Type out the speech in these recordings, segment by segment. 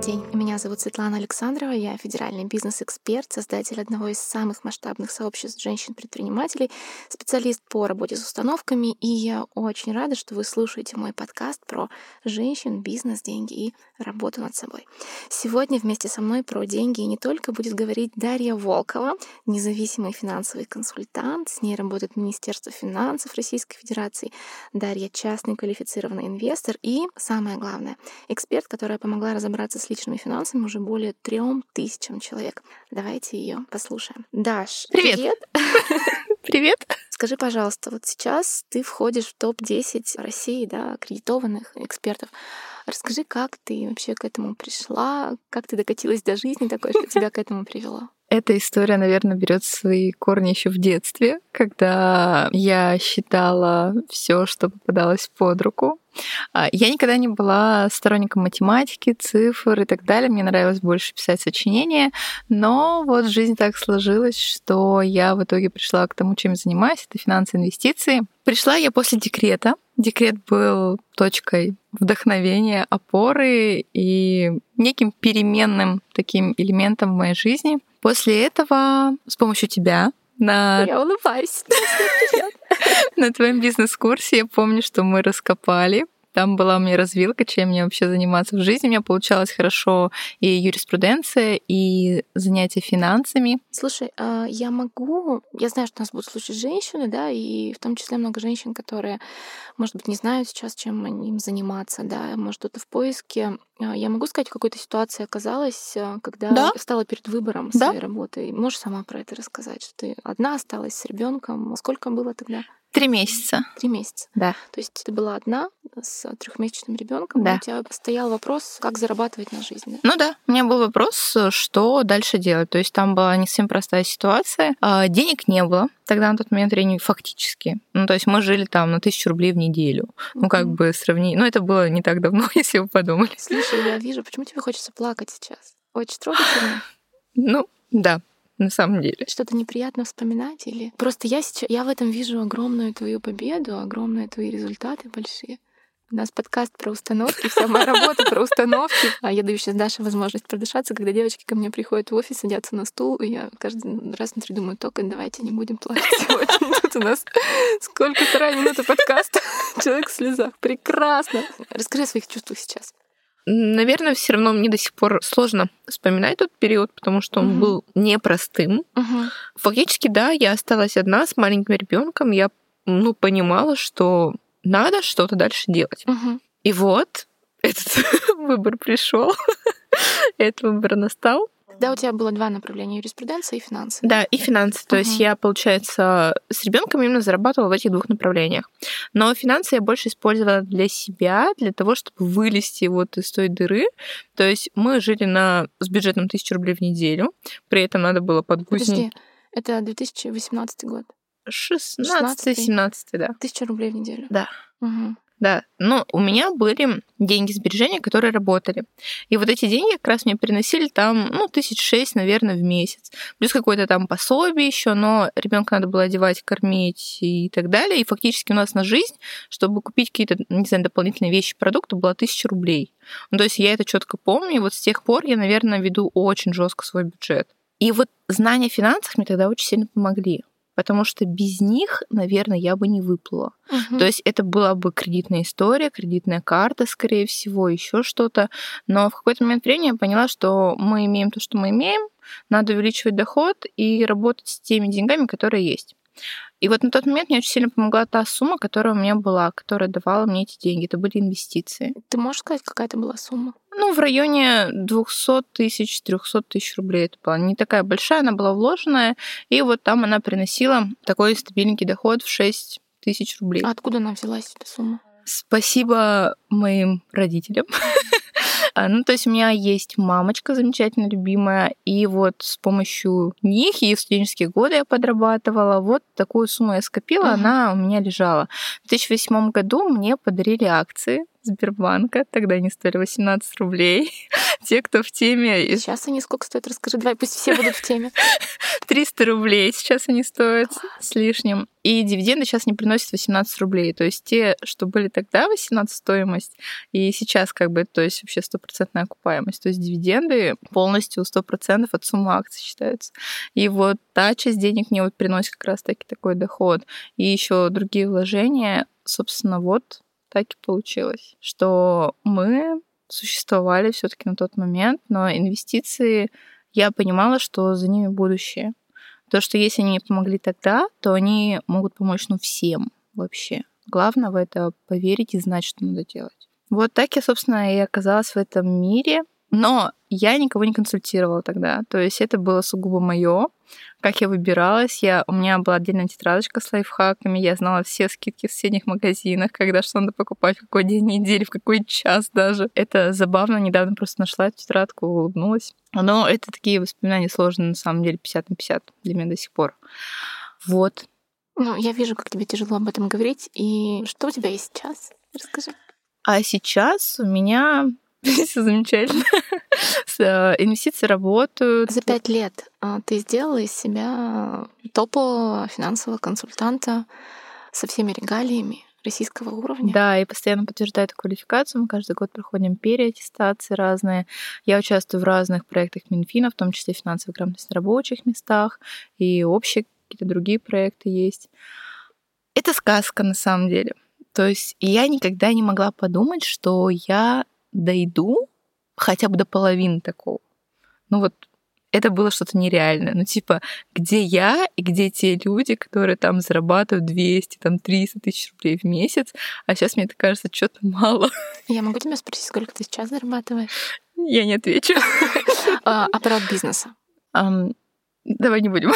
день, меня зовут Светлана Александрова, я федеральный бизнес-эксперт, создатель одного из самых масштабных сообществ женщин-предпринимателей, специалист по работе с установками, и я очень рада, что вы слушаете мой подкаст про женщин, бизнес, деньги и работу над собой. Сегодня вместе со мной про деньги не только будет говорить Дарья Волкова, независимый финансовый консультант, с ней работает Министерство финансов Российской Федерации. Дарья — частный квалифицированный инвестор и, самое главное, эксперт, которая помогла разобраться с личными финансами уже более 3000 человек. Давайте ее послушаем. Даш, привет! Привет! Скажи, пожалуйста, вот сейчас ты входишь в топ-10 России, да, аккредитованных экспертов. Расскажи, как ты вообще к этому пришла, как ты докатилась до жизни такой, что тебя к этому привело? Эта история, наверное, берет свои корни еще в детстве, когда я считала все, что попадалось под руку. Я никогда не была сторонником математики, цифр и так далее. Мне нравилось больше писать сочинения, но вот жизнь так сложилась, что я в итоге пришла к тому, чем я занимаюсь. Это финансы и инвестиции. Пришла я после декрета. Декрет был точкой вдохновения, опоры и неким переменным таким элементом в моей жизни. После этого с помощью тебя Я улыбаюсь. на твоем бизнес-курсе я помню, что мы раскопали. Там была у меня развилка, чем мне вообще заниматься в жизни. У меня получалось хорошо и юриспруденция, и занятия финансами. Слушай, я знаю, что у нас будут слушать женщины, да, и в том числе много женщин, которые, может быть, не знают сейчас, чем им заниматься, да, может, кто-то в поиске. Я могу сказать, в какой-то ситуации оказалась, когда стала перед выбором своей работы. Можешь сама про это рассказать, что ты одна осталась с ребенком? Сколько было тогда? 3 месяца. 3 месяца. Да. То есть ты была одна с 3-месячным ребенком, Да. у тебя стоял вопрос, как зарабатывать на жизнь. Да? Ну да, у меня был вопрос, что дальше делать. То есть там была не совсем простая ситуация. Денег не было тогда на тот момент времени фактически. Ну, то есть мы жили там на 1000 рублей в неделю. Ну, как бы сравнить. Ну, это было не так давно, если вы подумали. Слушай, я вижу, почему тебе хочется плакать сейчас? Очень трогательно. Ну, да. На самом деле. Что-то неприятно вспоминать или... Просто я в этом вижу огромную твою победу, огромные твои результаты большие. У нас подкаст про установки, вся моя работа про установки. А я даю сейчас Даше возможность продышаться, когда девочки ко мне приходят в офис, садятся на стул, и я каждый раз внутри думаю, только давайте не будем плакать сегодня. Тут у нас сколько, 2 минуты подкаста. Человек в слезах. Прекрасно. Расскажи о своих чувствах сейчас. Наверное, все равно мне до сих пор сложно вспоминать тот период, потому что он был непростым. Фактически, да, я осталась одна с маленьким ребенком. Я понимала, что надо что-то дальше делать. И вот этот выбор пришел, этот выбор настал. Тогда у тебя было 2 направления: юриспруденция и финансы. Да, и финансы. То есть я, получается, с ребенком именно зарабатывала в этих 2 направлениях. Но финансы я больше использовала для себя, для того, чтобы вылезти вот из той дыры. То есть мы жили с бюджетом 1000 рублей в неделю. При этом надо было подгузнить. Подожди, это 2018 год. 16-17, да. 1000 рублей в неделю. Да. Да, но у меня были деньги сбережения, которые работали. И вот эти деньги как раз мне приносили там, 6 000, наверное, в месяц. Плюс какое-то там пособие еще, но ребенка надо было одевать, кормить и так далее. И фактически у нас на жизнь, чтобы купить какие-то, не знаю, дополнительные вещи, продукты, было 1000 рублей. Ну, то есть я это четко помню, и вот с тех пор я, наверное, веду очень жестко свой бюджет. И вот знания о финансах мне тогда очень сильно помогли. Потому что без них, наверное, я бы не выплыла. То есть это была бы кредитная история, кредитная карта, скорее всего, еще что-то. Но в какой-то момент времени я поняла, что мы имеем то, что мы имеем, надо увеличивать доход и работать с теми деньгами, которые есть. И вот на тот момент мне очень сильно помогла та сумма, которая у меня была, которая давала мне эти деньги. Это были инвестиции. Ты можешь сказать, какая это была сумма? В районе 200 тысяч, 300 тысяч рублей это была. Не такая большая, она была вложенная. И вот там она приносила такой стабильненький доход в 6 тысяч рублей. А откуда она взялась, эта сумма? Спасибо моим родителям. То есть у меня есть мамочка замечательно любимая, и вот с помощью них и в студенческие годы я подрабатывала. Вот такую сумму я скопила, она у меня лежала. В 2008 году мне подарили акции Сбербанка. Тогда они стоили 18 рублей. Те, кто в теме... Сейчас они сколько стоят? Расскажи, давай, пусть все будут в теме. 300 рублей сейчас они стоят с лишним. И дивиденды сейчас не приносят 18 рублей. То есть те, что были тогда 18 стоимость, и сейчас то есть вообще 100% окупаемость. То есть дивиденды полностью 100% от суммы акций считаются. И вот та часть денег мне приносит как раз-таки такой доход. И еще другие вложения, собственно, так и получилось, что мы существовали все-таки на тот момент, но инвестиции, я понимала, что за ними будущее. То, что если они мне помогли тогда, то они могут помочь всем вообще. Главное в это поверить и знать, что надо делать. Вот так я, собственно, и оказалась в этом мире. Но я никого не консультировала тогда. То есть это было сугубо моё. Как я выбиралась, у меня была отдельная тетрадочка с лайфхаками, я знала все скидки в соседних магазинах, когда что надо покупать, в какой день недели, в какой час даже. Это забавно, недавно просто нашла эту тетрадку, улыбнулась. Но это такие воспоминания сложные, на самом деле, 50 на 50 для меня до сих пор. Вот. Я вижу, как тебе тяжело об этом говорить. И что у тебя есть сейчас? Расскажи. А сейчас у меня все замечательно. Инвестиции работают. За 5 лет ты сделала из себя топового финансового консультанта со всеми регалиями российского уровня. Да, и постоянно подтверждаю эту квалификацию. Мы каждый год проходим переаттестации разные. Я участвую в разных проектах Минфина, в том числе финансовой грамотности на рабочих местах, и общие какие-то другие проекты есть. Это сказка на самом деле. То есть я никогда не могла подумать, что я дойду хотя бы до половины такого. Это было что-то нереальное. Где я и где те люди, которые там зарабатывают 200, 300 тысяч рублей в месяц, а сейчас мне это кажется что-то мало. Я могу тебя спросить, сколько ты сейчас зарабатываешь? Я не отвечу. Оборот бизнеса? Давай не будем.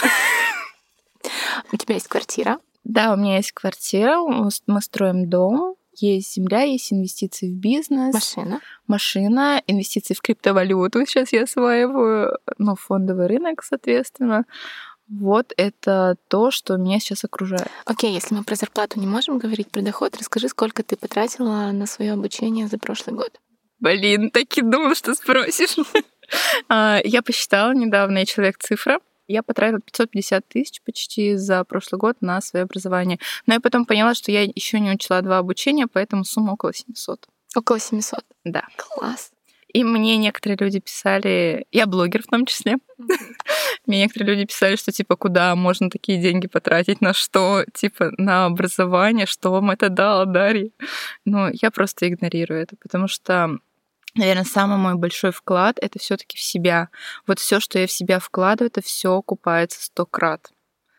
У тебя есть квартира? Да, у меня есть квартира, мы строим дом. Есть земля, есть инвестиции в бизнес. Машина, инвестиции в криптовалюту. Сейчас я осваиваю, фондовый рынок, соответственно. Вот это то, что меня сейчас окружает. Окей, если мы про зарплату не можем говорить, про доход, расскажи, сколько ты потратила на свое обучение за прошлый год? Так и думала, что спросишь. Я посчитала недавно, я человек-цифра. Я потратила 550 тысяч почти за прошлый год на свое образование. Но я потом поняла, что я еще не учла 2 обучения, поэтому сумма около 700. Около 700? Да. Класс. И мне некоторые люди писали, я блогер в том числе, мне некоторые люди писали, что куда можно такие деньги потратить, на что, на образование, что вам это дало, Дарья. Но я просто игнорирую это, потому что, наверное, самый мой большой вклад — это все-таки в себя. Вот все, что я в себя вкладываю, это все окупается 100 крат.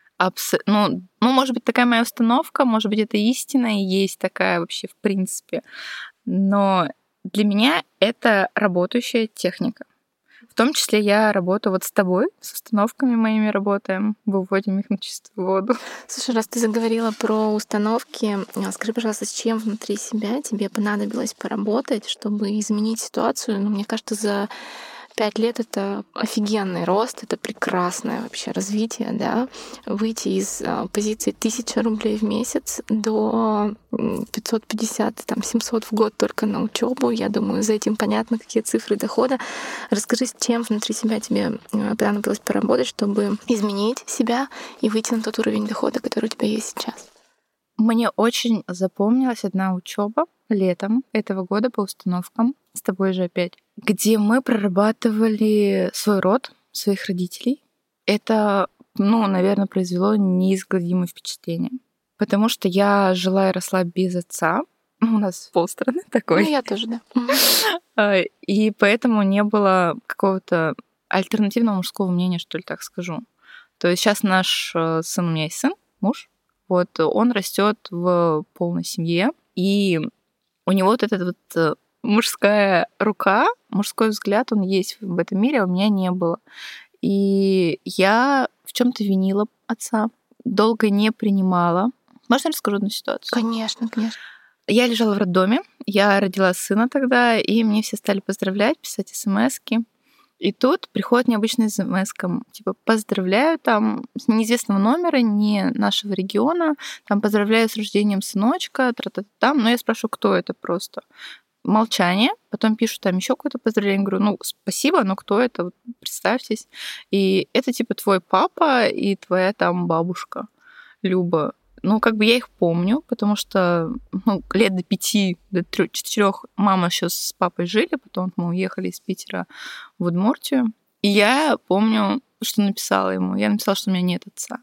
Может быть, такая моя установка, может быть, это истина и есть такая вообще в принципе. Но для меня это работающая техника. В том числе я работаю с тобой, с установками моими работаем, выводим их на чистую воду. Слушай, раз ты заговорила про установки, скажи, пожалуйста, с чем внутри себя тебе понадобилось поработать, чтобы изменить ситуацию? Мне кажется, за 5 лет это офигенный рост, это прекрасное вообще развитие, да, выйти из позиции 1000 рублей в месяц до 550, 700 в год только на учебу. Я думаю, за этим понятно, какие цифры дохода. Расскажи, с чем внутри себя тебе понадобилось поработать, чтобы изменить себя и выйти на тот уровень дохода, который у тебя есть сейчас. Мне очень запомнилась одна учеба летом этого года по установкам, с тобой же опять, где мы прорабатывали свой род, своих родителей. Это, наверное, произвело неизгладимое впечатление. Потому что я жила и росла без отца. У нас полстраны такой. Я тоже, да. И поэтому не было какого-то альтернативного мужского мнения, что ли, так скажу. То есть сейчас наш сын, у меня есть сын, муж, он растет в полной семье, и у него эта мужская рука, мужской взгляд, он есть в этом мире, а у меня не было. И я в чем-то винила отца, долго не принимала. Можно я расскажу одну ситуацию? Конечно. Я лежала в роддоме, я родила сына тогда, и мне все стали поздравлять, писать смски. И тут приходит необычный смс, поздравляю с неизвестного номера, не нашего региона, поздравляю с рождением сыночка, но я спрашиваю, кто это просто. молчание, потом пишут там еще какое-то поздравление, говорю, ну, спасибо, но кто это? Вот представьтесь. И это типа твой папа и твоя там бабушка Люба. Ну, как бы я их помню, потому что лет до 5, до 3-4 мама еще с папой жили, потом мы уехали из Питера в Удмуртию. И я помню, что написала ему. Я написала, что у меня нет отца.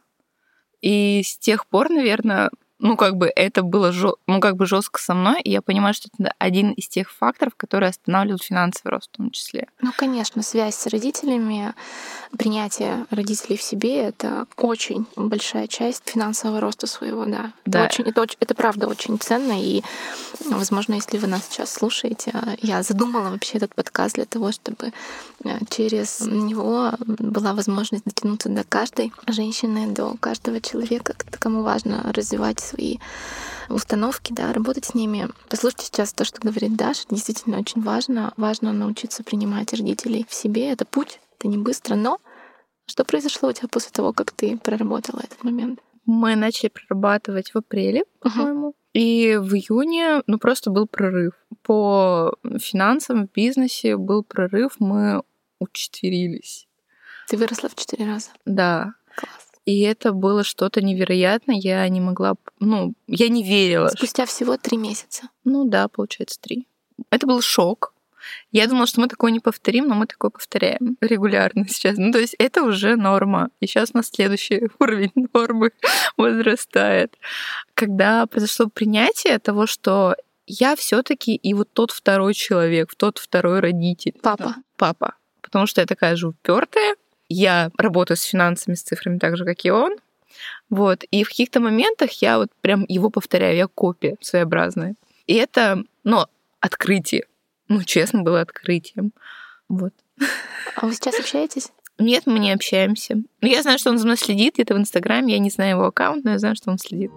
И с тех пор, наверное, это было жестко со мной, и я понимаю, что это один из тех факторов, которые останавливают финансовый рост в том числе. Ну, конечно, связь с родителями, принятие родителей в себе — это очень большая часть финансового роста своего, да. Да. Это правда очень ценно, и, возможно, если вы нас сейчас слушаете, я задумала вообще этот подкаст для того, чтобы через него была возможность дотянуться до каждой женщины, до каждого человека, кому важно развивать свои установки, да, работать с ними. Послушайте сейчас то, что говорит Даша, действительно очень важно. Важно научиться принимать родителей в себе. Это путь, это не быстро, но что произошло у тебя после того, как ты проработала этот момент? Мы начали прорабатывать в апреле, по-моему. И в июне, просто был прорыв. По финансам, в бизнесе был прорыв, мы учетверились. Ты выросла в 4 раза? Да. Класс. И это было что-то невероятное. Я не могла... я не верила. Спустя всего 3 месяца? Да, получается 3. Это был шок. Я думала, что мы такое не повторим, но мы такое повторяем регулярно сейчас. То есть это уже норма. И сейчас у нас следующий уровень нормы возрастает. Когда произошло принятие того, что я все-таки и вот тот второй человек, тот второй родитель. Папа. Папа. Потому что я такая же упертая. Я работаю с финансами, с цифрами так же, как и он. Вот. И в каких-то моментах я вот прям его повторяю, я копия своеобразная. И это, открытие. Честно, было открытием. Вот. А вы сейчас общаетесь? Нет, мы не общаемся. Я знаю, что он за мной следит где-то в Инстаграме. Я не знаю его аккаунт, но я знаю, что он следит.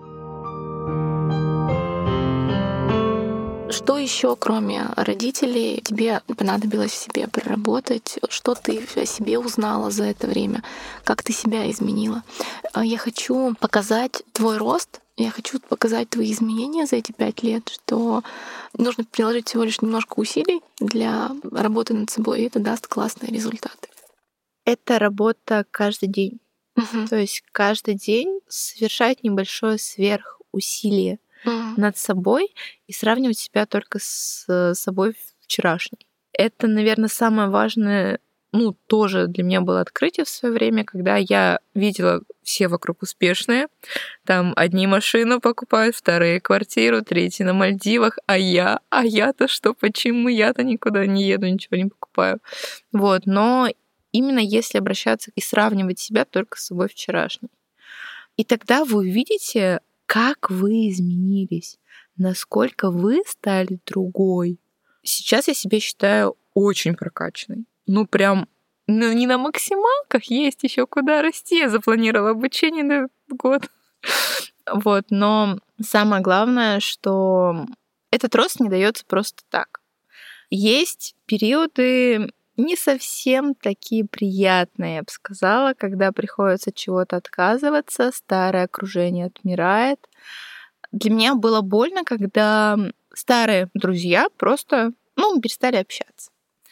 Что еще, кроме родителей, тебе понадобилось в себе проработать? Что ты о себе узнала за это время? Как ты себя изменила? Я хочу показать твой рост, я хочу показать твои изменения за эти 5 лет, что нужно приложить всего лишь немножко усилий для работы над собой, и это даст классные результаты. Это работа каждый день. То есть каждый день совершать небольшое сверхусилие над собой и сравнивать себя только с собой вчерашней. Это, наверное, самое важное, тоже для меня было открытие в свое время, когда я видела все вокруг успешные. Там одни машину покупают, вторые квартиру, третьи на Мальдивах, а я-то что, почему я-то никуда не еду, ничего не покупаю. Вот, но именно если обращаться и сравнивать себя только с собой вчерашней. И тогда вы увидите, как вы изменились, насколько вы стали другой. Сейчас я себя считаю очень прокачанной. Прям, не на максималках, есть еще куда расти. Я запланировала обучение на год. Вот, но самое главное, что этот рост не дается просто так. Есть периоды не совсем такие приятные, я бы сказала, когда приходится от чего-то отказываться, старое окружение отмирает. Для меня было больно, когда старые друзья просто, перестали общаться.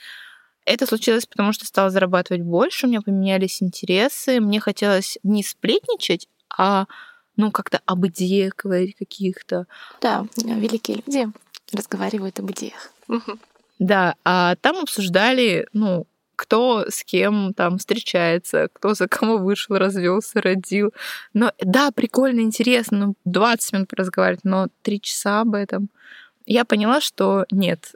Это случилось, потому что стала зарабатывать больше, у меня поменялись интересы, мне хотелось не сплетничать, а как-то об идеях говорить каких-то. Да, великие люди разговаривают об идеях. Да, а там обсуждали, кто с кем там встречается, кто за кого вышел, развелся, родил. Но да, прикольно, интересно, 20 минут разговаривать, но 3 часа об этом. Я поняла, что нет,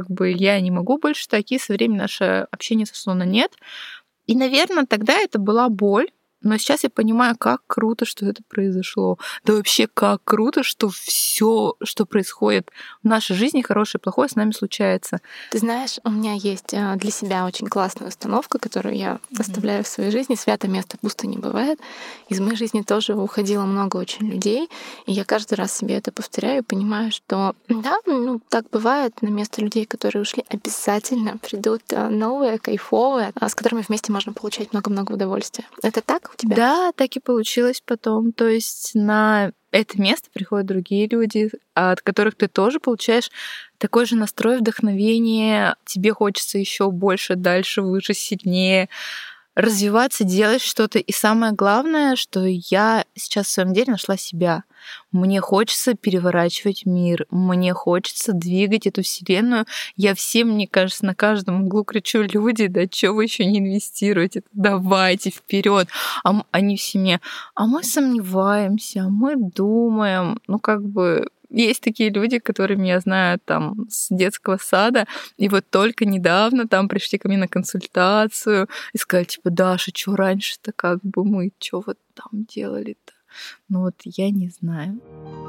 я не могу больше такие, со временем наше общение сословно нет. И, наверное, тогда это была боль, но сейчас я понимаю, как круто, что это произошло. Да вообще, как круто, что все, что происходит в нашей жизни, хорошее и плохое, с нами случается. Ты знаешь, у меня есть для себя очень классная установка, которую я оставляю в своей жизни. Свято место пусто не бывает. Из моей жизни тоже уходило много очень людей. И я каждый раз себе это повторяю и понимаю, что да, так бывает. На место людей, которые ушли, обязательно придут новые, кайфовые, с которыми вместе можно получать много-много удовольствия. Это так у тебя? Да, так и получилось потом. То есть на это место приходят другие люди, от которых ты тоже получаешь такой же настрой, вдохновение. Тебе хочется еще больше, дальше, выше, сильнее развиваться, делать что-то. И самое главное, что я сейчас в своем деле нашла себя. Мне хочется переворачивать мир, мне хочется двигать эту вселенную. Я всем, мне кажется, на каждом углу кричу: люди, да что вы еще не инвестируете? Давайте вперед. Они все мне: а мы сомневаемся, а мы думаем. Есть такие люди, которые меня знают там с детского сада, и вот только недавно там пришли ко мне на консультацию и сказали, типа: Даша, что раньше-то мы что вот там делали-то? Я не знаю.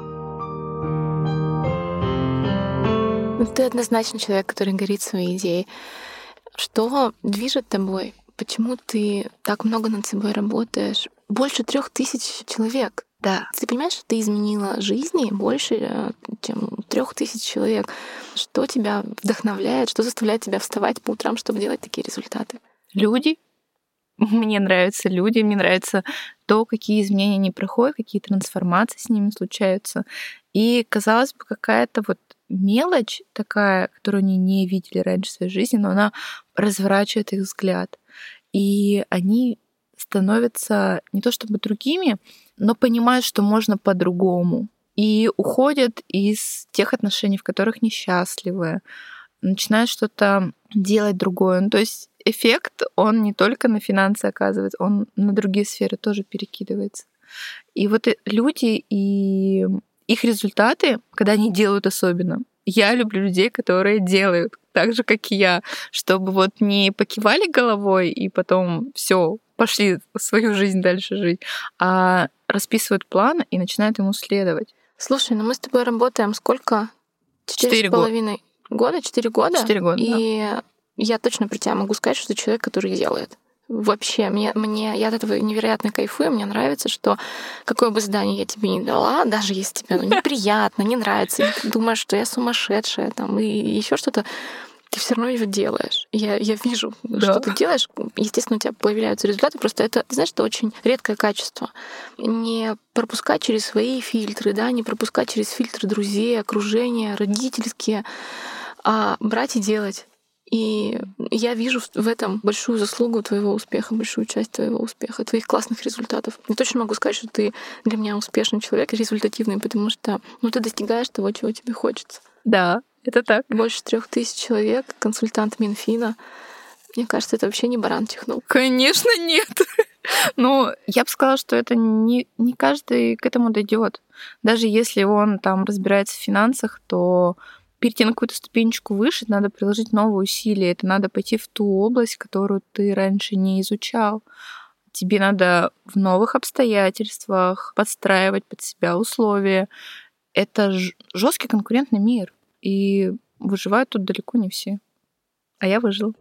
Ты однозначно человек, который горит своей идеей. Что движет тобой? Почему ты так много над собой работаешь? Больше 3000 человек. Да. Ты понимаешь, что ты изменила жизни больше, чем 3000 человек? Что тебя вдохновляет, что заставляет тебя вставать по утрам, чтобы делать такие результаты? Люди. Мне нравятся люди, мне нравится то, какие изменения они проходят, какие трансформации с ними случаются. И, казалось бы, какая-то мелочь такая, которую они не видели раньше в своей жизни, но она разворачивает их взгляд. И они становятся не то чтобы другими, но понимают, что можно по-другому. И уходят из тех отношений, в которых несчастливы, начинают что-то делать другое. То есть эффект, он не только на финансы оказывается, он на другие сферы тоже перекидывается. И люди и их результаты, когда они делают особенно, я люблю людей, которые делают так же, как и я, чтобы не покивали головой и потом все пошли свою жизнь дальше жить, а расписывают план и начинают ему следовать. Слушай, мы с тобой работаем сколько? 4,5 года? 4 года? 4 года, и я точно про тебя могу сказать, что ты человек, который делает. Вообще, я от этого невероятно кайфую. Мне нравится, что какое бы задание я тебе не дала, даже если тебе неприятно, не нравится, и ты думаешь, что я сумасшедшая и еще что-то, ты все равно его делаешь. Я вижу, что ты делаешь. Естественно, у тебя появляются результаты. Просто это, знаешь, это очень редкое качество. Не пропускать через свои фильтры, не пропускать через фильтры друзей, окружения, родительские, а брать и делать. И я вижу в этом большую заслугу твоего успеха, большую часть твоего успеха, твоих классных результатов. Я точно могу сказать, что ты для меня успешный человек, результативный, потому что ты достигаешь того, чего тебе хочется. Да, это так. Больше 3000 человек, консультант Минфина. Мне кажется, это вообще не баран чихнул. Конечно, нет. Но я бы сказала, что это не каждый к этому дойдет. Даже если он там разбирается в финансах, то перейти на какую-то ступенечку выше, надо приложить новые усилия. Это надо пойти в ту область, которую ты раньше не изучал. Тебе надо в новых обстоятельствах подстраивать под себя условия. Это жесткий конкурентный мир. И выживают тут далеко не все. А я выжила.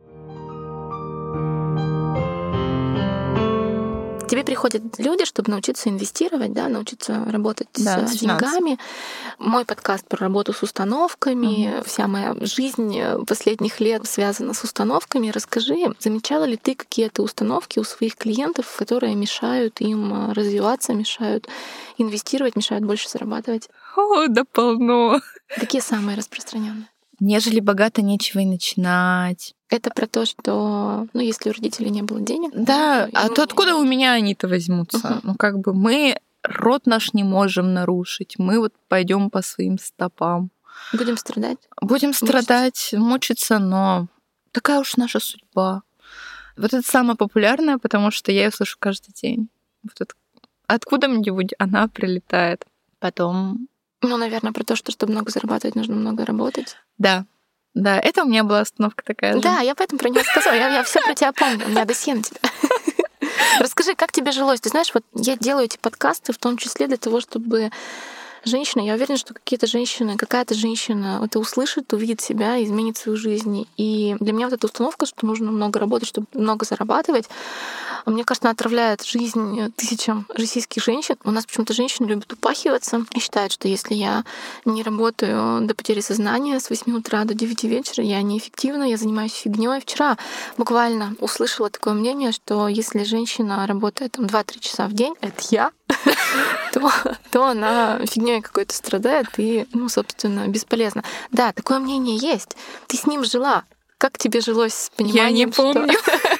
К тебе приходят люди, чтобы научиться инвестировать, научиться работать с деньгами. Мой подкаст про работу с установками. Вся моя жизнь последних лет связана с установками. Расскажи, замечала ли ты какие-то установки у своих клиентов, которые мешают им развиваться, мешают инвестировать, мешают больше зарабатывать? Да полно. Какие самые распространенные? Нежели богато, нечего и начинать. Это про то, что, если у родителей не было денег... Да, то откуда у меня они-то возьмутся? Мы род наш не можем нарушить. Мы пойдем по своим стопам. Будем страдать? Будем страдать, мучиться, но такая уж наша судьба. Это самое популярное, потому что я ее слышу каждый день. Откуда-нибудь она прилетает. Потом... наверное, про то, что чтобы много зарабатывать, нужно много работать. Да, это у меня была остановка такая же. Да, я поэтому про нее сказала. Я все про тебя помню. У меня досье на тебя. Расскажи, как тебе жилось? Ты знаешь, я делаю эти подкасты в том числе для того, чтобы женщина, я уверена, что какая-то женщина это услышит, увидит себя, изменит свою жизнь. И для меня эта установка, что нужно много работать, чтобы много зарабатывать, мне кажется, она отравляет жизнь тысячам российских женщин. У нас почему-то женщины любят упахиваться и считают, что если я не работаю до потери сознания с 8 утра до 9 вечера, я неэффективна, я занимаюсь фигнёй. Вчера буквально услышала такое мнение, что если женщина работает 2-3 часа в день, это я, то она фигней какой-то страдает и, собственно, бесполезно. Да, такое мнение есть. Ты с ним жила. Как тебе жилось с пониманием, Я не помню.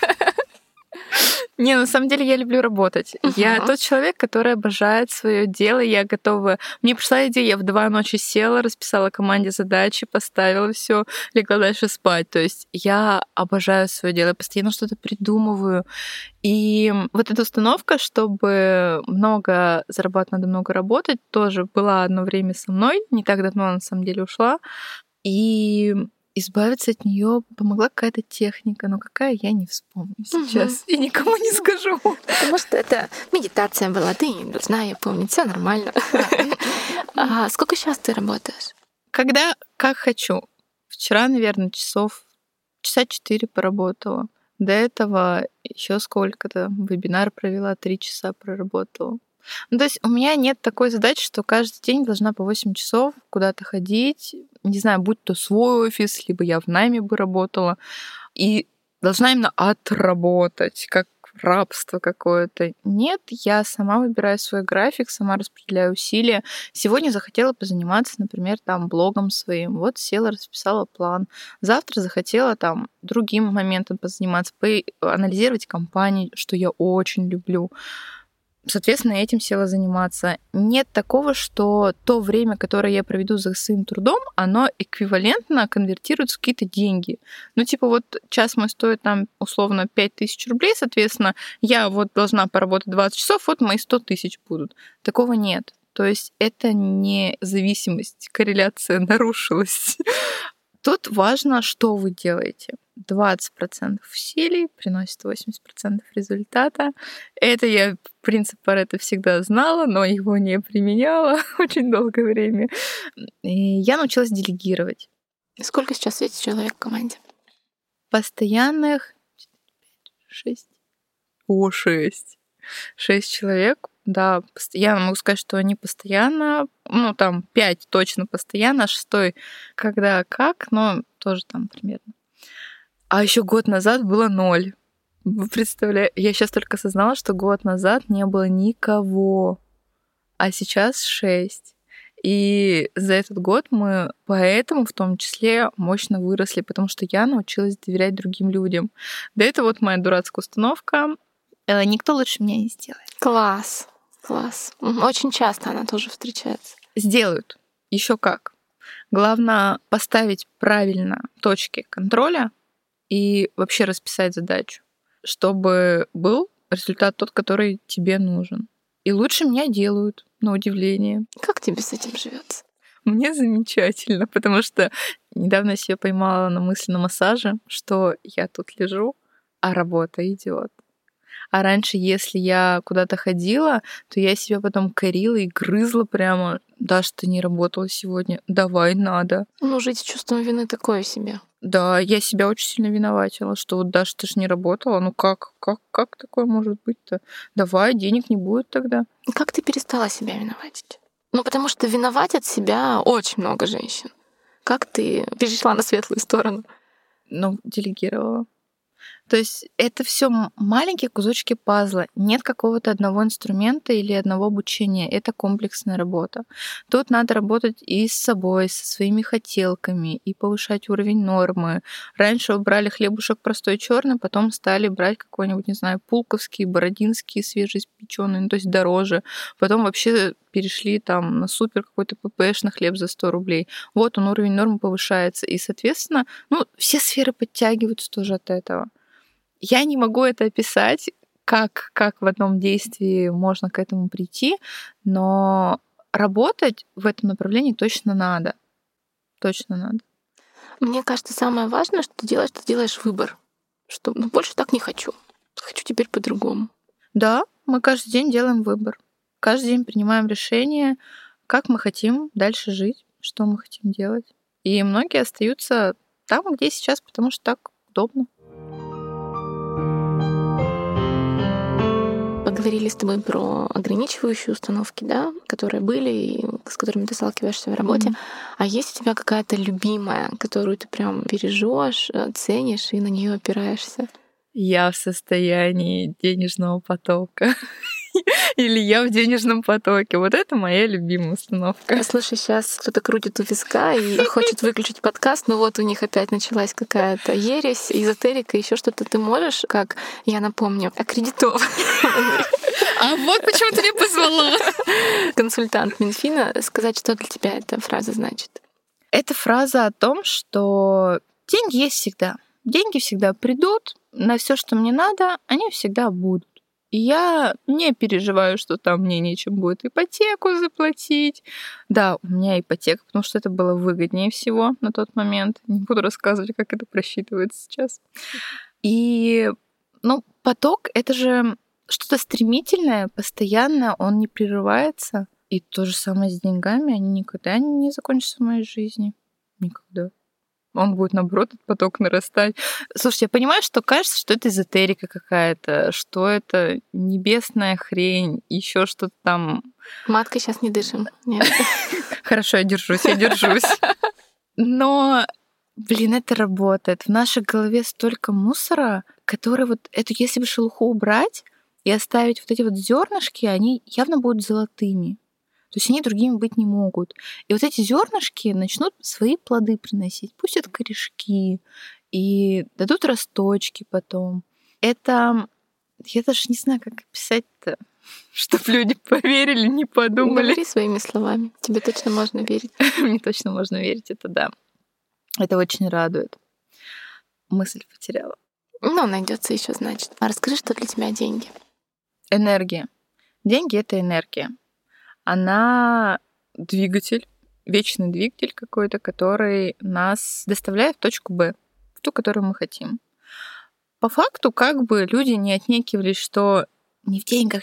Не, на самом деле я люблю работать. Я тот человек, который обожает свое дело. Я готова. Мне пришла идея, я в 2 ночи села, расписала команде задачи, поставила все, легла дальше спать. То есть я обожаю свое дело, я постоянно что-то придумываю. И вот эта установка, чтобы много зарабатывать, надо много работать, тоже была одно время со мной. Не так давно она на самом деле ушла. И избавиться от нее помогла какая-то техника, но какая, я не вспомню сейчас и никому не скажу. Потому что это медитация была, ты не должна ее помнить, все нормально. А сколько сейчас ты работаешь? Когда как хочу. Вчера, наверное, часа 4 поработала. До этого еще сколько-то вебинар провела, 3 часа проработала. То есть у меня нет такой задачи, что каждый день должна по 8 часов куда-то ходить, не знаю, будь то свой офис, либо я в найме бы работала, и должна именно отработать, как рабство какое-то. Нет, я сама выбираю свой график, сама распределяю усилия. Сегодня захотела позаниматься, например, там блогом своим. Вот села, расписала план. Завтра захотела там другим моментом позаниматься, поанализировать компании, что я очень люблю. Соответственно, этим села заниматься. Нет такого, что то время, которое я проведу за своим трудом, оно эквивалентно конвертируется в какие-то деньги. Вот час мой стоит там условно 5000 рублей, соответственно, я вот должна поработать 20 часов, вот мои 100 тысяч будут. Такого нет. То есть это не зависимость, корреляция нарушилась. Тут важно, что вы делаете. 20% усилий приносит 80% результата. Это я принцип Парето всегда знала, но его не применяла очень долгое время. И я научилась делегировать. Сколько сейчас есть человек в команде? Постоянных 6. 6 человек. Да, я могу сказать, что они постоянно, 5 точно постоянно, 6 когда как, но тоже там примерно. А еще год назад было 0. Вы представляете? Я сейчас только осознала, что год назад не было никого, а сейчас 6. И за этот год мы поэтому в том числе мощно выросли, потому что я научилась доверять другим людям. Да это вот моя дурацкая установка. Никто лучше меня не сделает. Класс. Очень часто она тоже встречается. Сделают. Еще как. Главное поставить правильно точки контроля и вообще расписать задачу, чтобы был результат тот, который тебе нужен. И лучше меня делают, на удивление. Как тебе с этим живется? Мне замечательно, потому что недавно я себя поймала на мысли на массаже, что я тут лежу, а работа идет. А раньше, если я куда-то ходила, то я себя потом корила и грызла прямо. Даш, ты не работала сегодня, давай, надо. Жить с чувством вины такое себе. Да, я себя очень сильно виноватила, что вот, Даша, ты ж не работала, как такое может быть-то? Давай, денег не будет тогда. Как ты перестала себя виноватить? Потому что виноватят себя очень много женщин. Как ты перешла на светлую сторону? Делегировала. То есть это все маленькие кусочки пазла. Нет какого-то одного инструмента или одного обучения. Это комплексная работа. Тут надо работать и с собой, со своими хотелками, и повышать уровень нормы. Раньше вы брали хлебушек простой черный, потом стали брать какой-нибудь, не знаю, пулковский, бородинский, свежеиспечённый, то есть дороже. Потом вообще перешли там на супер какой-то ППшный хлеб за 100 рублей. Вот он, уровень нормы повышается. И, соответственно, все сферы подтягиваются тоже от этого. Я не могу это описать, как в одном действии можно к этому прийти, но работать в этом направлении точно надо. Точно надо. Мне кажется, самое важное, что ты делаешь выбор. Что больше так не хочу. Хочу теперь по-другому. Да, мы каждый день делаем выбор. Каждый день принимаем решение, как мы хотим дальше жить, что мы хотим делать. И многие остаются там, где сейчас, потому что так удобно. Поговорили с тобой про ограничивающие установки, да, которые были и с которыми ты сталкиваешься в работе. А есть у тебя какая-то любимая, которую ты прям бережешь, ценишь и на нее опираешься? Я в состоянии денежного потока. или я в денежном потоке. Вот это моя любимая установка. Слушай, сейчас кто-то крутит у виска и хочет выключить подкаст, но вот у них опять началась какая-то ересь, эзотерика, еще что-то. Ты можешь, как я напомню, аккредитованный А вот почему ты меня позвала. консультант Минфина, сказать, что для тебя эта фраза значит? Это фраза о том, что деньги есть всегда. Деньги всегда придут, на все, что мне надо, они всегда будут. И я не переживаю, что там мне нечем будет ипотеку заплатить. Да, у меня ипотека, потому что это было выгоднее всего на тот момент. Не буду рассказывать, как это просчитывается сейчас. И, поток — это же что-то стремительное, постоянное, он не прерывается. И то же самое с деньгами, они никогда не закончатся в моей жизни. Никогда. Он будет, наоборот, этот поток нарастать. Слушайте, я понимаю, что кажется, что это эзотерика какая-то, что это небесная хрень, еще что-то там. Маткой сейчас не дышим. Нет. Хорошо, я держусь. Но, это работает. В нашей голове столько мусора, который если бы шелуху убрать и оставить вот эти вот зернышки, они явно будут золотыми. То есть они другими быть не могут. И вот эти зернышки начнут свои плоды приносить. Пусть это корешки, и дадут росточки потом. Это... Я даже не знаю, как описать-то, чтобы люди поверили, не подумали. Говори своими словами. Тебе точно можно верить. Мне точно можно верить, это да. Это очень радует. Мысль потеряла. Найдется еще, значит. А расскажи, что для тебя деньги? Энергия. Деньги — это энергия. Она двигатель, вечный двигатель какой-то, который нас доставляет в точку Б, в ту, которую мы хотим. По факту, как бы люди не отнекивались, что не в деньгах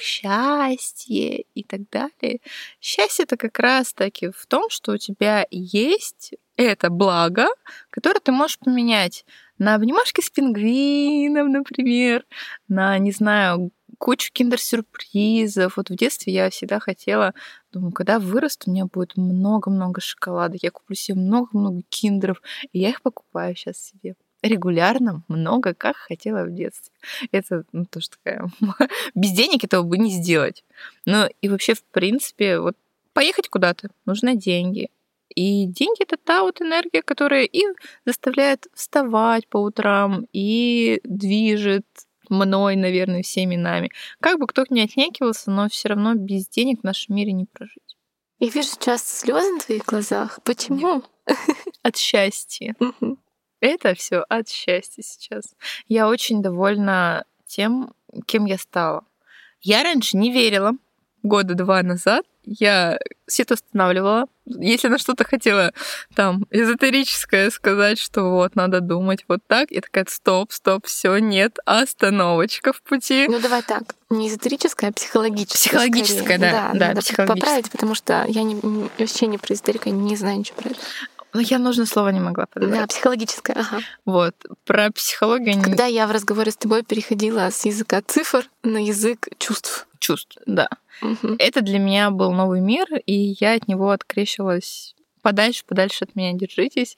счастье и так далее. Счастье — это как раз-таки в том, что у тебя есть это благо, которое ты можешь поменять на обнимашки с пингвином, например, на, не знаю, кучу киндер-сюрпризов. Вот в детстве я всегда хотела, думаю, когда вырасту, у меня будет много-много шоколада, я куплю себе много-много киндеров, и я их покупаю сейчас себе регулярно, много, как хотела в детстве. Это тоже такая... Без денег этого бы не сделать. Ну и вообще, в принципе, поехать куда-то нужны деньги. И деньги — это та энергия, которая и заставляет вставать по утрам, и движет мной, наверное, всеми нами. Как бы кто-то ни отнекивался, но все равно без денег в нашем мире не прожить. Я вижу часто слезы на твоих глазах. Почему? От счастья. Это все от счастья сейчас. Я очень довольна тем, кем я стала. Я раньше не верила. 2 года назад я все это останавливала. Если на что-то хотела там эзотерическое сказать, что надо думать вот так, я такая: стоп, все, нет, остановочка в пути. Давай так, не эзотерическое, а психологическое. Психологическое, да, надо психологическое. Поправить, потому что я вообще не про эзотерику, не знаю ничего про это. Я нужное слово не могла подобрать. Да, психологическое, ага. Про психологию... Когда я в разговоре с тобой переходила с языка цифр на язык чувств. Чувств, да. Угу. Это для меня был новый мир, и я от него открещивалась подальше от меня держитесь.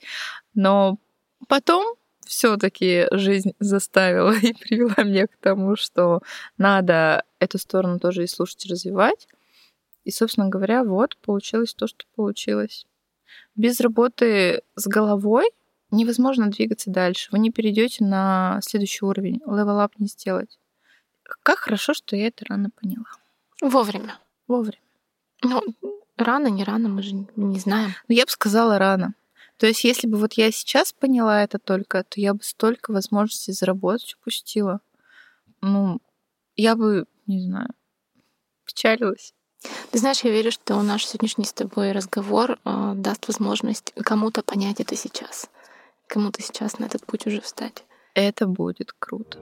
Но потом все-таки жизнь заставила и привела меня к тому, что надо эту сторону тоже и слушать, и развивать. И, собственно говоря, получилось то, что получилось. Без работы с головой невозможно двигаться дальше. Вы не перейдете на следующий уровень. Левел-ап не сделать. Как хорошо, что я это рано поняла. Вовремя. Рано, не рано, мы же не знаем. Я бы сказала рано. То есть, если бы я сейчас поняла это только, то я бы столько возможностей заработать упустила. Я бы, не знаю, печалилась. Ты знаешь, я верю, что наш сегодняшний с тобой разговор даст возможность кому-то понять это сейчас. Кому-то сейчас на этот путь уже встать. Это будет круто.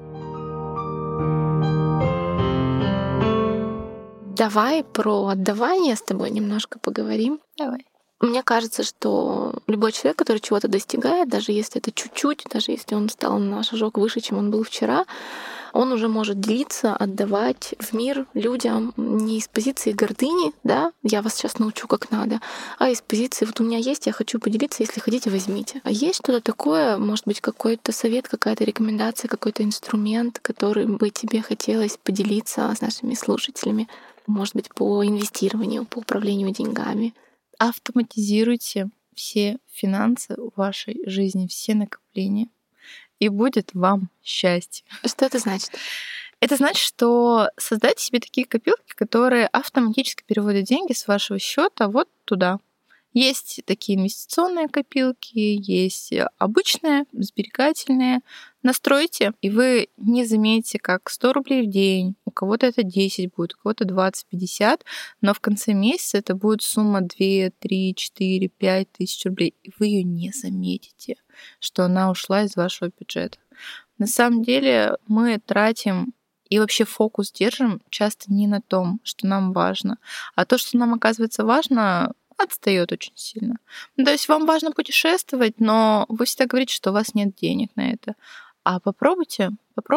Давай про отдавание с тобой немножко поговорим. Давай. Мне кажется, что любой человек, который чего-то достигает, даже если это чуть-чуть, даже если он стал на шажок выше, чем он был вчера, он уже может делиться, отдавать в мир людям не из позиции гордыни, да, я вас сейчас научу как надо, а из позиции вот у меня есть, я хочу поделиться, если хотите, возьмите. А есть что-то такое, может быть, какой-то совет, какая-то рекомендация, какой-то инструмент, который бы тебе хотелось поделиться с нашими слушателями? Может быть, по инвестированию, по управлению деньгами? Автоматизируйте все финансы в вашей жизни, все накопления, и будет вам счастье. Что это значит? Это значит, что создайте себе такие копилки, которые автоматически переводят деньги с вашего счета вот туда. Есть такие инвестиционные копилки, есть обычные, сберегательные. Настройте, и вы не заметите, как 100 рублей в день, у кого-то это 10 будет, у кого-то 20, 50, но в конце месяца это будет сумма 2, 3, 4, 5 тысяч рублей, и вы ее не заметите, что она ушла из вашего бюджета. На самом деле мы тратим и вообще фокус держим часто не на том, что нам важно, а то, что нам оказывается важно, отстает очень сильно. То есть вам важно путешествовать, но вы всегда говорите, что у вас нет денег на это. А попробуйте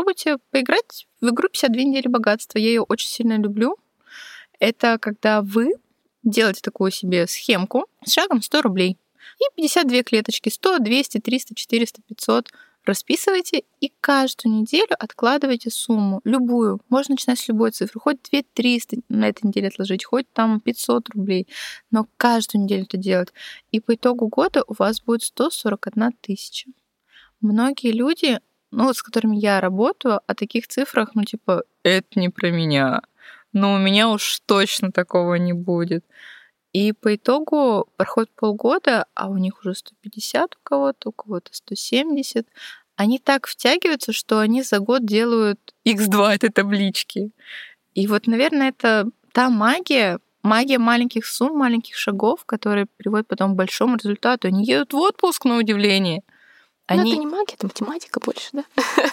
поиграть в игру «52 недели богатства». Я ее очень сильно люблю. Это когда вы делаете такую себе схемку с шагом 100 рублей. И 52 клеточки: 100, 200, 300, 400, 500. Расписывайте и каждую неделю откладывайте сумму, любую. Можно начинать с любой цифры. Хоть 2 300 на этой неделе отложить, хоть там 500 рублей. Но каждую неделю это делать. И по итогу года у вас будет 141 тысяча. Многие люди, с которыми я работаю, о таких цифрах, это не про меня. Но у меня уж точно такого не будет. И по итогу проходит полгода, а у них уже 150 у кого-то 170. Они так втягиваются, что они за год делают x2 этой таблички. И вот, наверное, это та магия маленьких сумм, маленьких шагов, которые приводят потом к большому результату. Они едут в отпуск, на удивление. Это не магия, это математика больше, да?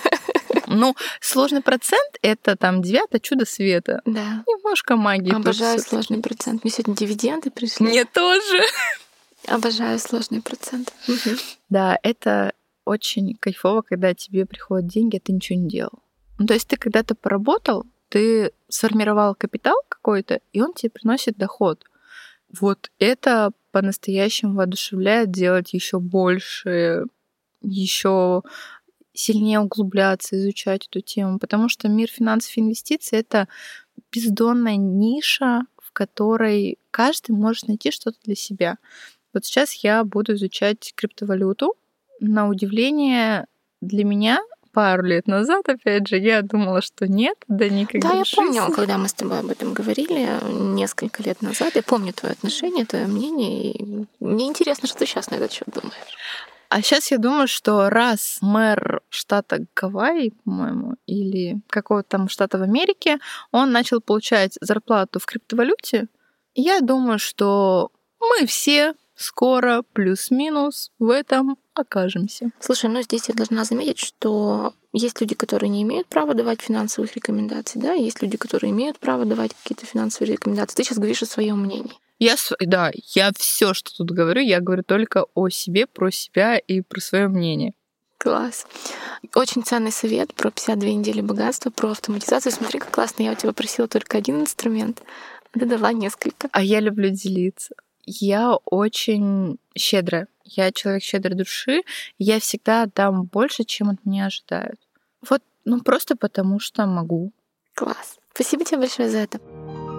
Сложный процент — это там 9 чудо света. Да. Немножко магии. Обожаю сложный процент. Мне сегодня дивиденды пришли. Мне тоже. Обожаю сложный процент. Да, это очень кайфово, когда тебе приходят деньги, а ты ничего не делал. То есть ты когда-то поработал, ты сформировал капитал какой-то, и он тебе приносит доход. Вот это по-настоящему воодушевляет делать еще больше, еще сильнее углубляться, изучать эту тему, потому что мир финансов и инвестиций — это бездонная ниша, в которой каждый может найти что-то для себя. Вот сейчас я буду изучать криптовалюту. На удивление для меня пару лет назад, опять же, я думала, что нет, да никогда. Да, я помню, когда мы с тобой об этом говорили несколько лет назад. Я помню твое отношение, твое мнение. И мне интересно, что ты сейчас на этот счет думаешь. А сейчас я думаю, что раз мэр штата Гавайи, по-моему, или какого-то там штата в Америке, он начал получать зарплату в криптовалюте, я думаю, что мы все скоро плюс-минус в этом окажемся. Слушай, здесь я должна заметить, что есть люди, которые не имеют права давать финансовых рекомендаций, да, есть люди, которые имеют право давать какие-то финансовые рекомендации. Ты сейчас говоришь о своем мнении. Я все, что тут говорю, я говорю только о себе, про себя и про свое мнение. Класс. Очень ценный совет про 52 недели богатства, про автоматизацию. Смотри, как классно. Я у тебя просила только один инструмент, а ты дала несколько. А я люблю делиться. Я очень щедрая. Я человек щедрой души. Я всегда отдам больше, чем от меня ожидают. Вот, просто потому что могу. Класс. Спасибо тебе большое за это.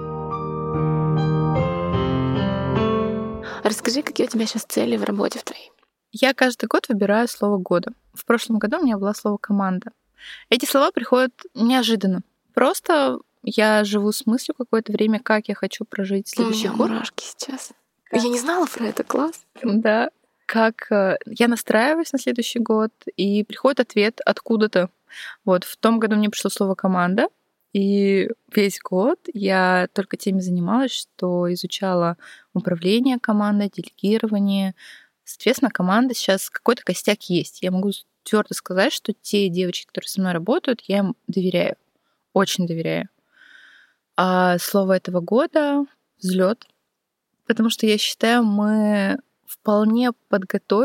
Расскажи, какие у тебя сейчас цели в работе в твоей? Я каждый год выбираю слово года. В прошлом году у меня было слово «команда». Эти слова приходят неожиданно. Просто я живу с мыслью какое-то время, как я хочу прожить следующий год. У меня мурашки сейчас. Я не знала про это, класс. Да. Как я настраиваюсь на следующий год, и приходит ответ откуда-то. Вот в том году мне пришло слово «команда», и весь год я только теми занималась, что изучала управление командой, делегирование. Соответственно, команда сейчас какой-то костяк есть. Я могу твердо сказать, что те девочки, которые со мной работают, я им доверяю. Очень доверяю. А слово этого года — взлет, потому что я считаю, мы вполне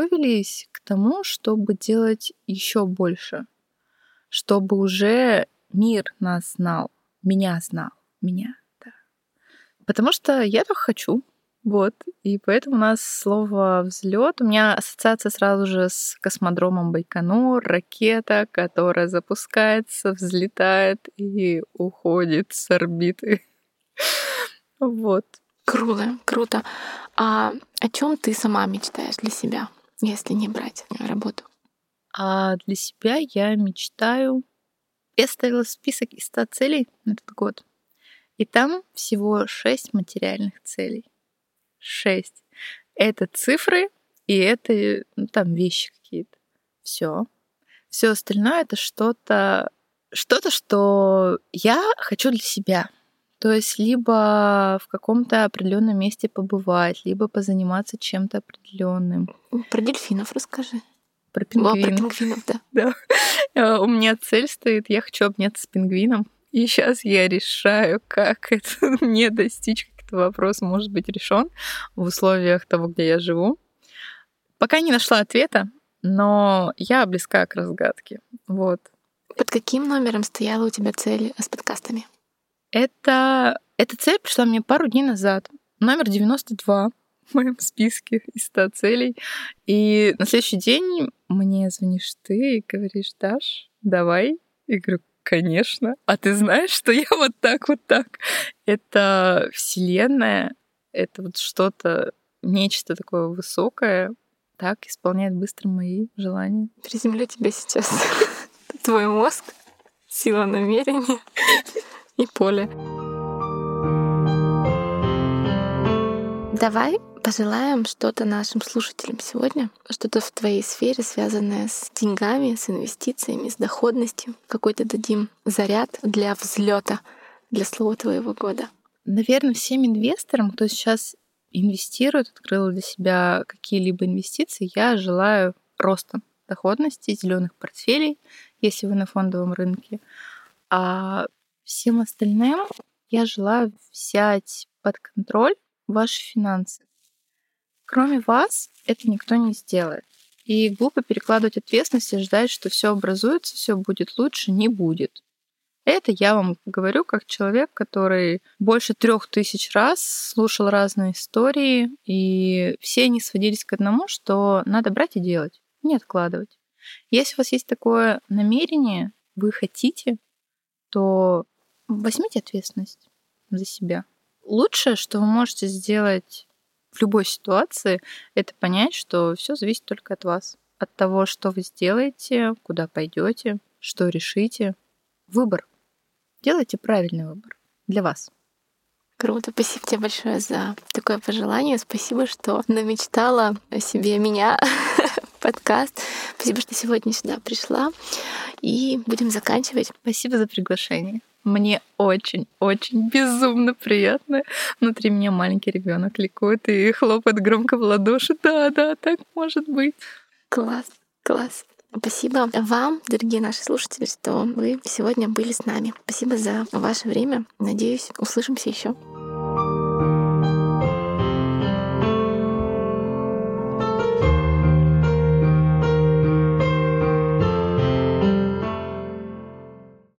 подготовились к тому, чтобы делать еще больше, чтобы уже мир нас знал, меня знал, да. Потому что я так хочу. Вот. И поэтому у нас слово «взлет». У меня ассоциация сразу же с космодромом Байконур, ракета, которая запускается, взлетает и уходит с орбиты. Вот. Круто, круто. А о чем ты сама мечтаешь для себя, если не брать работу? А для себя я мечтаю... Я ставила список из 100 целей на этот год. И там всего 6 материальных целей. 6. Это цифры, и это там вещи какие-то. Все. Все остальное это что-то, что я хочу для себя. То есть либо в каком-то определенном месте побывать, либо позаниматься чем-то определенным. Про дельфинов расскажи. Про пингвинов. Про пингвинов, да. Да. У меня цель стоит, я хочу обняться с пингвином. И сейчас я решаю, как это мне достичь, как этот вопрос может быть решен в условиях того, где я живу. Пока не нашла ответа, но я близка к разгадке. Вот. Под каким номером стояла у тебя цель с подкастами? Эта цель пришла мне пару дней назад. Номер 92 в моем списке из 100 целей. И на следующий день мне звонишь ты и говоришь: Даш, давай. И говорю: конечно. А ты знаешь, что я вот так. Это вселенная, это вот что-то, нечто такое высокое, так исполняет быстро мои желания. Приземлю тебя сейчас. Твой мозг, сила намерения и поле. Давай пожелаем что-то нашим слушателям сегодня, что-то в твоей сфере, связанное с деньгами, с инвестициями, с доходностью. Какой-то дадим заряд для взлета, для слова твоего года. Наверное, всем инвесторам, кто сейчас инвестирует, открыл для себя какие-либо инвестиции, я желаю роста доходности, зеленых портфелей, если вы на фондовом рынке. А всем остальным я желаю взять под контроль ваши финансы. Кроме вас это никто не сделает. И глупо перекладывать ответственность и ждать, что все образуется, все будет лучше, не будет. Это я вам говорю как человек, который больше 3000 раз слушал разные истории, и все они сводились к одному, что надо брать и делать, не откладывать. Если у вас есть такое намерение, вы хотите, то возьмите ответственность за себя. Лучшее, что вы можете сделать в любой ситуации, это понять, что все зависит только от вас. От того, что вы сделаете, куда пойдете, что решите. Выбор. Делайте правильный выбор для вас. Круто. Спасибо тебе большое за такое пожелание. Спасибо, что намечтала о себе меня подкаст. Спасибо, что сегодня сюда пришла. И будем заканчивать. Спасибо за приглашение. Мне очень безумно приятно. Внутри меня маленький ребенок ликует и хлопает громко в ладоши. Да, так может быть. Класс. Спасибо вам, дорогие наши слушатели, что вы сегодня были с нами. Спасибо за ваше время. Надеюсь, услышимся еще.